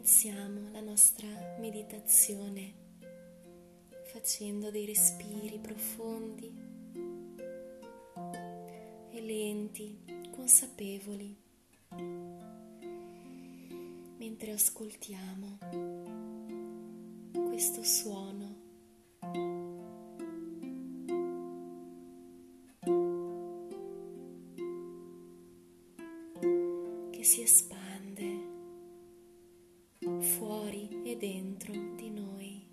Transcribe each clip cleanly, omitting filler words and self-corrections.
iniziamo la nostra meditazione facendo dei respiri profondi e lenti, consapevoli, mentre ascoltiamo questo suono che si espande fuori e dentro di noi,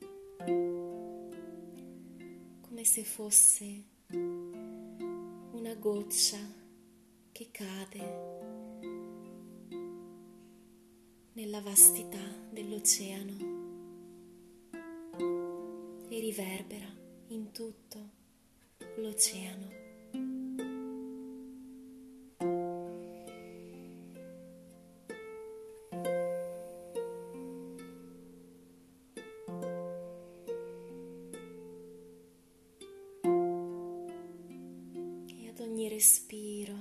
come se fosse una goccia che cade nella vastità dell'oceano e riverbera in tutto l'oceano. E ad ogni respiro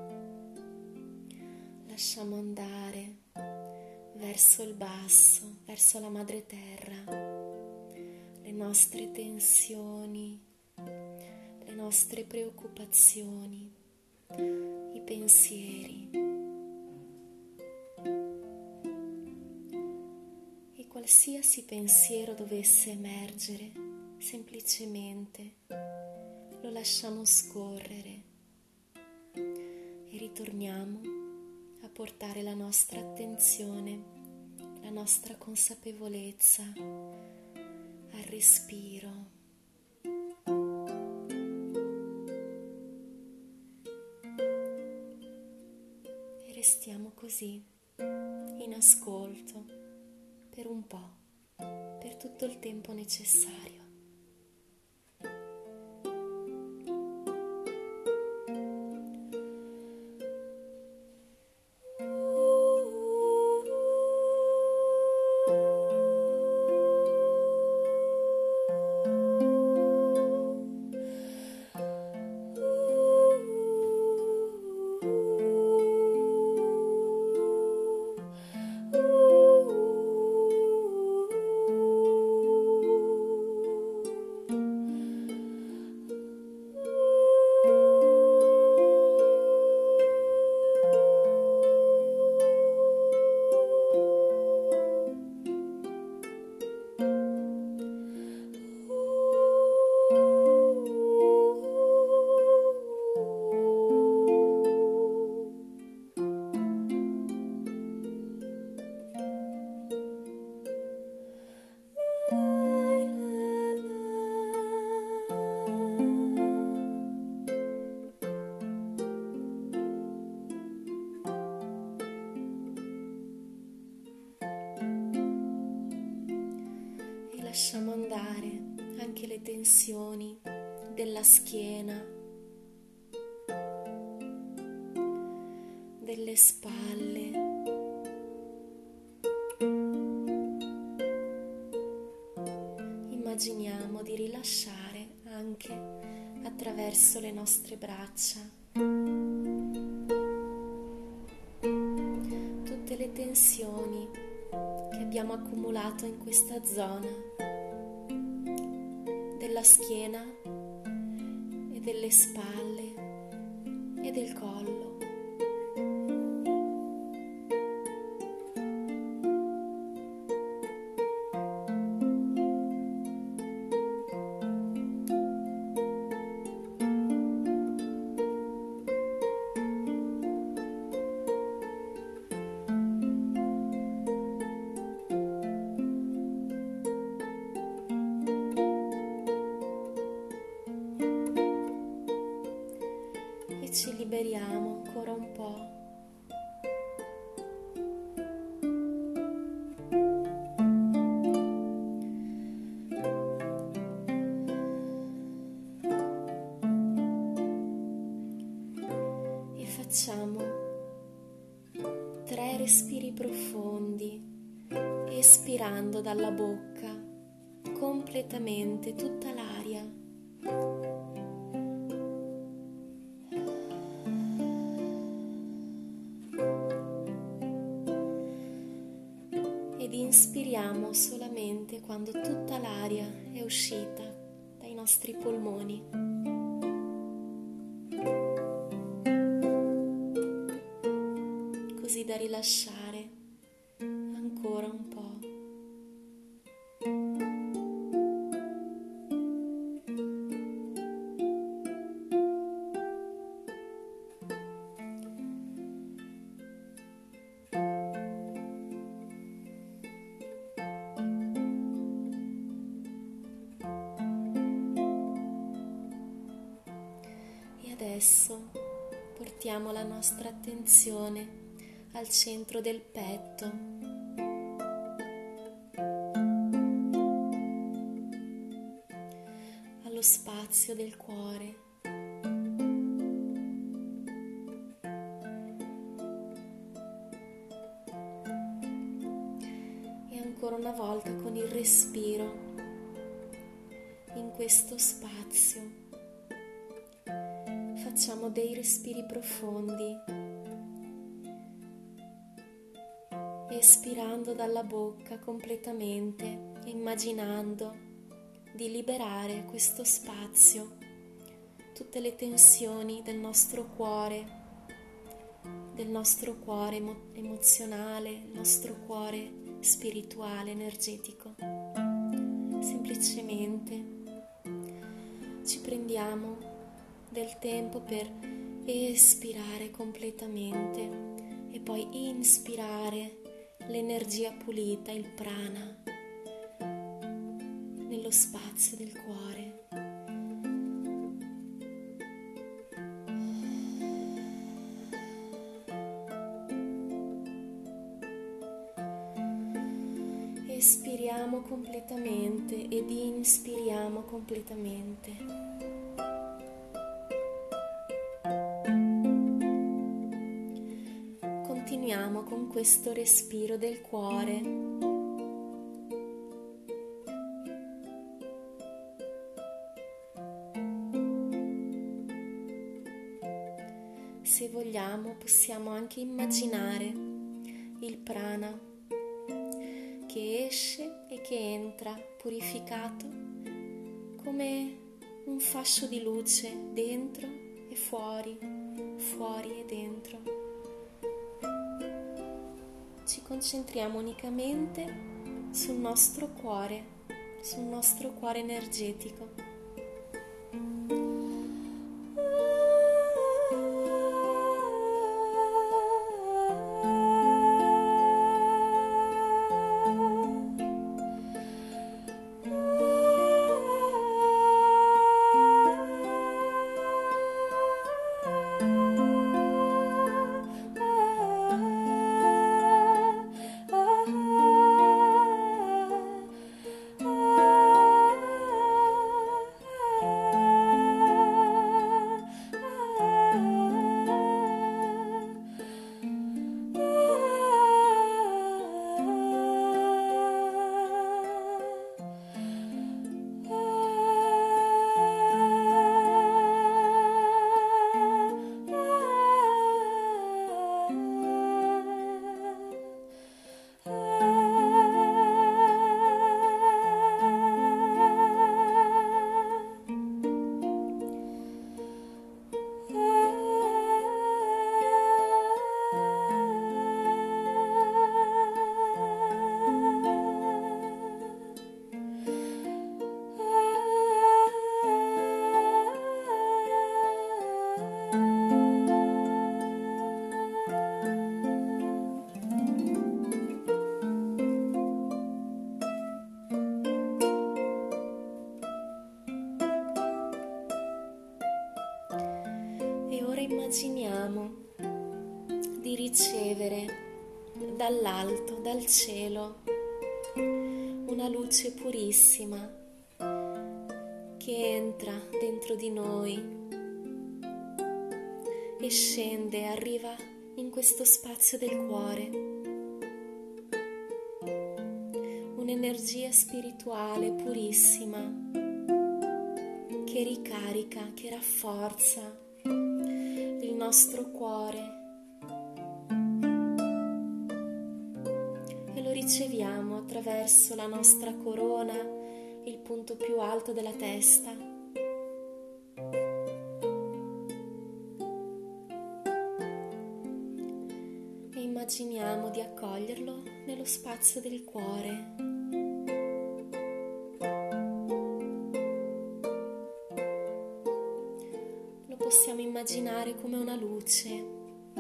lasciamo andare verso il basso, verso la madre terra, le nostre tensioni, le nostre preoccupazioni, i pensieri e qualsiasi pensiero dovesse emergere, semplicemente lo lasciamo scorrere e ritorniamo a portare la nostra attenzione, la nostra consapevolezza al respiro. E restiamo così, in ascolto, per un po', per tutto il tempo necessario. Lasciamo andare anche le tensioni della schiena, delle spalle, immaginiamo di rilasciare anche attraverso le nostre braccia tutte le tensioni che abbiamo accumulato in questa zona della schiena e delle spalle e del collo. Ci liberiamo ancora un po'. E facciamo 3 respiri profondi, espirando dalla bocca completamente tutta l'aria. respiriamo solamente quando tutta l'aria è uscita dai nostri polmoni. Così da rilasciare ancora un po'. Adesso portiamo la nostra attenzione al centro del petto, allo spazio del cuore. E ancora una volta con il respiro in questo spazio facciamo dei respiri profondi, espirando dalla bocca completamente, immaginando di liberare questo spazio, tutte le tensioni del nostro cuore emozionale, il nostro cuore spirituale, energetico. Semplicemente ci prendiamo del tempo per espirare completamente e poi inspirare l'energia pulita, il prana, nello spazio del cuore. Espiriamo completamente ed inspiriamo completamente. Continuiamo con questo respiro del cuore. Se vogliamo, possiamo anche immaginare il prana che esce e che entra purificato come un fascio di luce dentro e fuori, fuori e dentro. Ci concentriamo unicamente sul nostro cuore energetico. Immaginiamo di ricevere dall'alto, dal cielo, una luce purissima che entra dentro di noi e scende, arriva in questo spazio del cuore. Un'energia spirituale purissima che ricarica, che rafforza il nostro cuore e lo riceviamo attraverso la nostra corona, il punto più alto della testa. E immaginiamo di accoglierlo nello spazio del cuore. Lo possiamo immaginare come una luce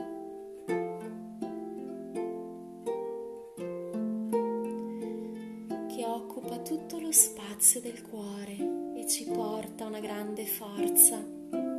che occupa tutto lo spazio del cuore e ci porta una grande forza.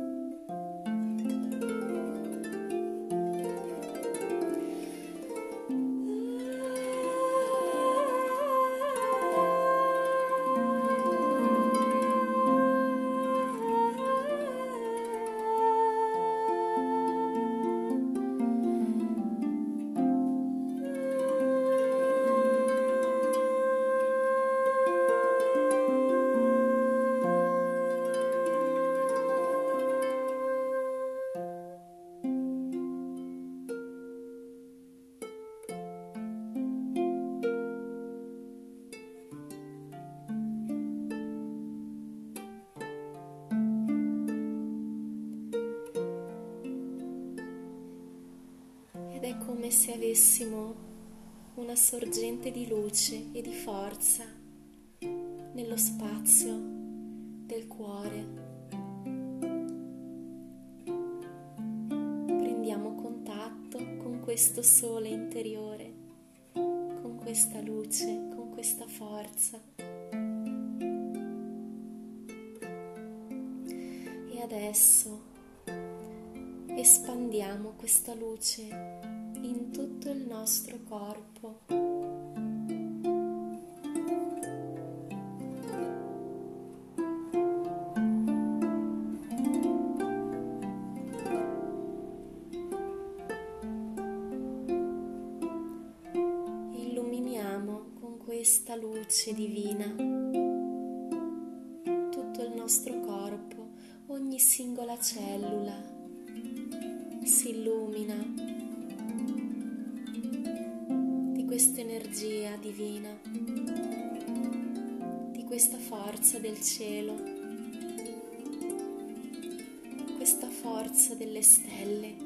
Ed è come se avessimo una sorgente di luce e di forza nello spazio del cuore. Prendiamo contatto con questo sole interiore, con questa luce, con questa forza. E adesso espandiamo questa luce in tutto il nostro corpo. Illuminiamo con questa luce divina tutto il nostro corpo, ogni singola cellula si illumina di questa energia divina, di questa forza del cielo, questa forza delle stelle.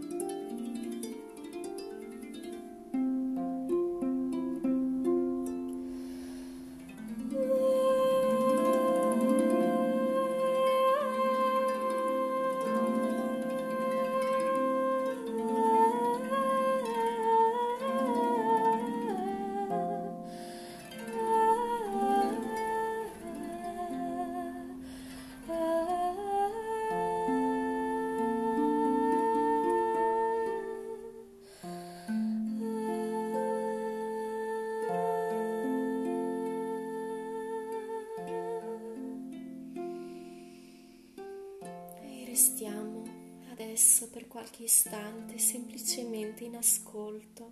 Restiamo adesso per qualche istante semplicemente in ascolto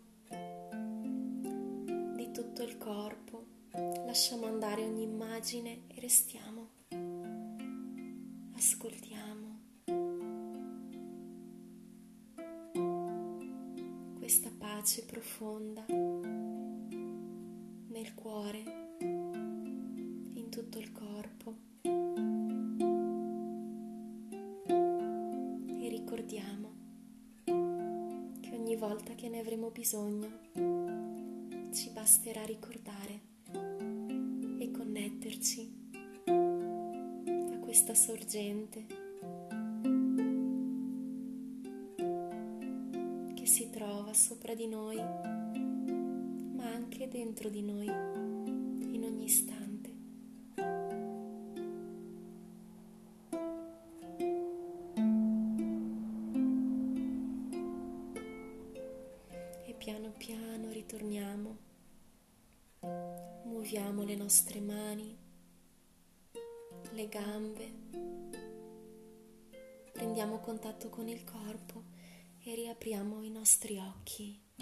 di tutto il corpo. Lasciamo andare ogni immagine e restiamo. Ascoltiamo questa pace profonda nel cuore, in tutto il corpo. Ricordiamo che ogni volta che ne avremo bisogno ci basterà ricordare e connetterci a questa sorgente che si trova sopra di noi, ma anche dentro di noi in ogni istante. Piano piano ritorniamo, muoviamo le nostre mani, le gambe, prendiamo contatto con il corpo e riapriamo i nostri occhi.